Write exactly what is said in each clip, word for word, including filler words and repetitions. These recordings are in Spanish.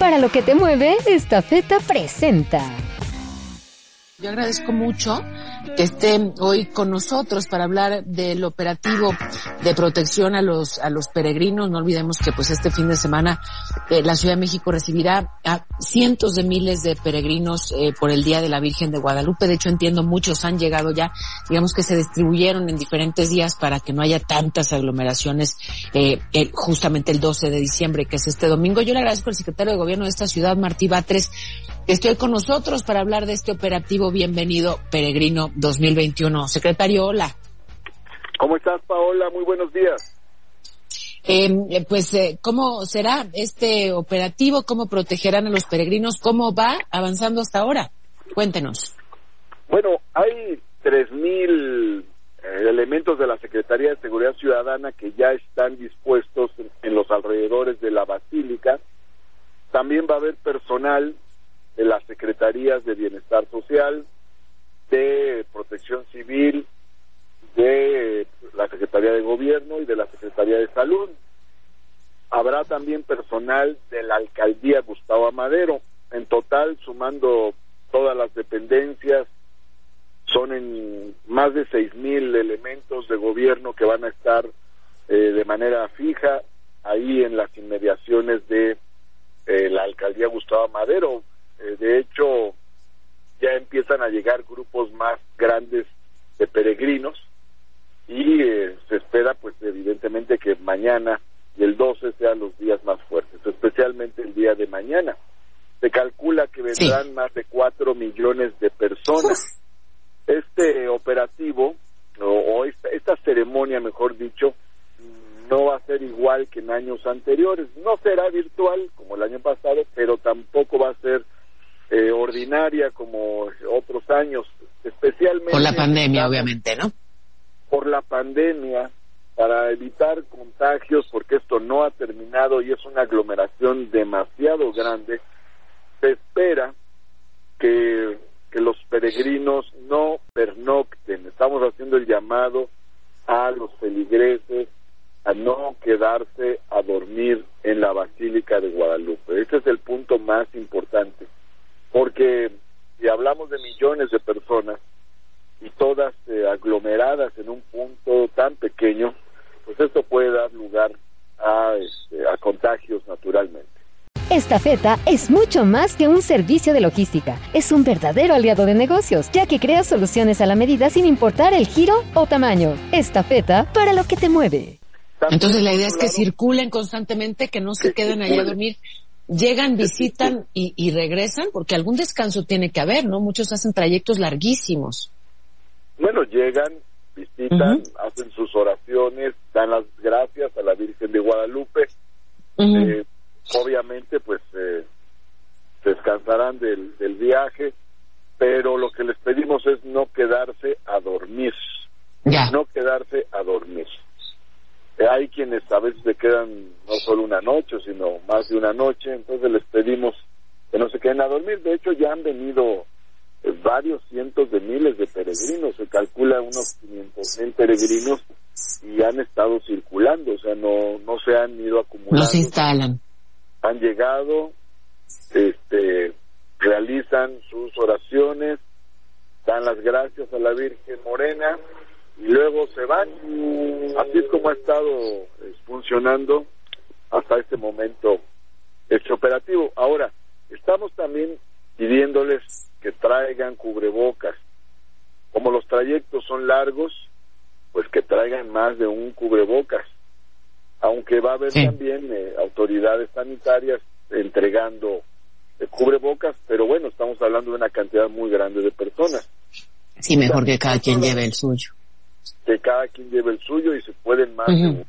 Para lo que te mueve, Estafeta presenta. Yo agradezco mucho que estén hoy con nosotros para hablar del operativo de protección a los a los peregrinos. No olvidemos que pues este fin de semana eh, la Ciudad de México recibirá a cientos de miles de peregrinos eh, por el Día de la Virgen de Guadalupe. De hecho, entiendo muchos han llegado ya, digamos que se distribuyeron en diferentes días para que no haya tantas aglomeraciones eh, el, justamente el doce de diciembre, que es este domingo. Yo le agradezco al secretario de Gobierno de esta ciudad, Martí Batres, que esté hoy con nosotros para hablar de este operativo Bienvenido Peregrino dos mil veintiuno. Secretario, hola. ¿Cómo estás, Paola? Muy buenos días. Eh, pues, eh, ¿cómo será este operativo? ¿Cómo protegerán a los peregrinos? ¿Cómo va avanzando hasta ahora? Cuéntenos. Bueno, hay tres mil eh, elementos de la Secretaría de Seguridad Ciudadana que ya están dispuestos en, en los alrededores de la Basílica. También va a haber personal de las Secretarías de Bienestar Social, de Protección Civil, de la Secretaría de Gobierno y de la Secretaría de Salud. Habrá también personal de la Alcaldía Gustavo Amadero. En total, sumando todas las dependencias, son en más de seis mil elementos de gobierno que van a estar eh, de manera fija ahí en las inmediaciones de eh, la Alcaldía Gustavo Amadero. Eh, de hecho, ya empiezan a llegar grupos más grandes de peregrinos y eh, se espera, pues evidentemente, que mañana y el doce sean los días más fuertes, especialmente el día de mañana. Se calcula que vendrán sí. más de cuatro millones de personas. Este operativo, o, o esta, esta ceremonia, mejor dicho, no va a ser igual que en años anteriores. No será virtual como el año pasado, pero tampoco va a ser Eh, ordinaria como otros años, especialmente por la pandemia, obviamente, ¿no? Por la pandemia, para evitar contagios, porque esto no ha terminado y es una aglomeración demasiado grande. Se espera que, que los peregrinos no pernocten. Estamos haciendo el llamado a los feligreses a no quedarse a dormir en la Basílica de Guadalupe. Ese es el punto más importante. Porque si hablamos de millones de personas y todas eh, aglomeradas en un punto tan pequeño, pues esto puede dar lugar a, este, a contagios naturalmente. Estafeta es mucho más que un servicio de logística. Es un verdadero aliado de negocios, ya que crea soluciones a la medida sin importar el giro o tamaño. Estafeta para lo que te mueve. Entonces la idea es que circulen constantemente, que no se queden ahí a dormir. Llegan, visitan y, y regresan, porque algún descanso tiene que haber, ¿no? Muchos hacen trayectos larguísimos. Bueno, llegan, visitan, uh-huh. hacen sus oraciones, dan las gracias a la Virgen de Guadalupe. Uh-huh. Eh, obviamente, pues, eh, descansarán del, del viaje, pero lo que les pedimos es no quedarse a dormir. Ya. No quedarse a dormir. Hay quienes a veces se quedan no solo una noche, sino más de una noche, entonces les pedimos que no se queden a dormir. De hecho, ya han venido eh, varios cientos de miles de peregrinos, se calcula unos quinientos mil peregrinos y han estado circulando, o sea, no no se han ido acumulando. Los instalan. Han llegado, este, realizan sus oraciones, dan las gracias a la Virgen Morena, y luego se van. Así es como ha estado eh, funcionando hasta este momento este operativo. Ahora, estamos también pidiéndoles que traigan cubrebocas. Como los trayectos son largos, pues que traigan más de un cubrebocas. Aunque va a haber sí. también eh, autoridades sanitarias entregando eh, cubrebocas, pero bueno, estamos hablando de una cantidad muy grande de personas. Sí, mejor que cada quien lleve el suyo. Que cada quien lleve el suyo y se pueden más. Uh-huh.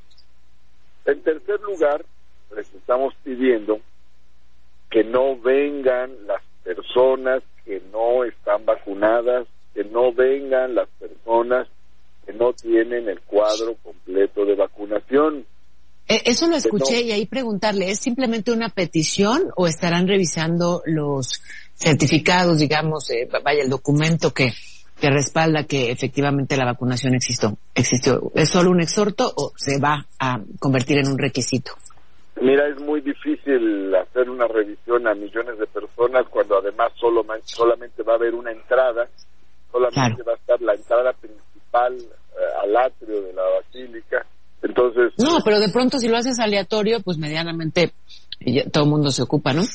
En tercer lugar, les estamos pidiendo que no vengan las personas que no están vacunadas, que no vengan las personas que no tienen el cuadro completo de vacunación. Eh, eso lo escuché no. Y ahí preguntarle, ¿es simplemente una petición o estarán revisando los certificados, digamos, eh, vaya, el documento que, que respalda que efectivamente la vacunación existió, existió? ¿Es solo un exhorto o se va a convertir en un requisito? Mira, es muy difícil hacer una revisión a millones de personas cuando además solo solamente va a haber una entrada, solamente claro. va a estar la entrada principal eh, al atrio de la basílica. Entonces no, pero de pronto si lo haces aleatorio, pues medianamente ya, todo el mundo se ocupa, ¿no?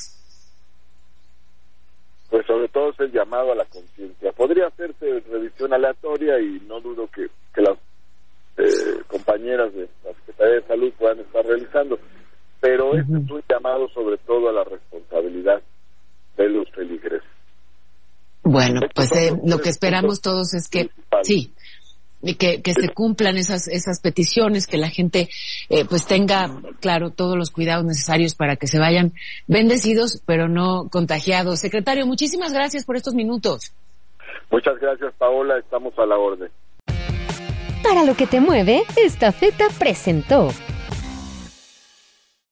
Pues sobre todo es el llamado a la conciencia. Podría hacerse revisión aleatoria y no dudo que, que las eh, compañeras de la Secretaría de Salud puedan estar realizando. Pero uh-huh. este es un llamado sobre todo a la responsabilidad de los feligreses. Bueno, pues eh, lo que esperamos todos es que sí, que, que se cumplan esas esas peticiones, que la gente eh, pues tenga, claro, todos los cuidados necesarios para que se vayan bendecidos, pero no contagiados. Secretario, muchísimas gracias por estos minutos. Muchas gracias, Paola, estamos a la orden. Para lo que te mueve, esta feta presentó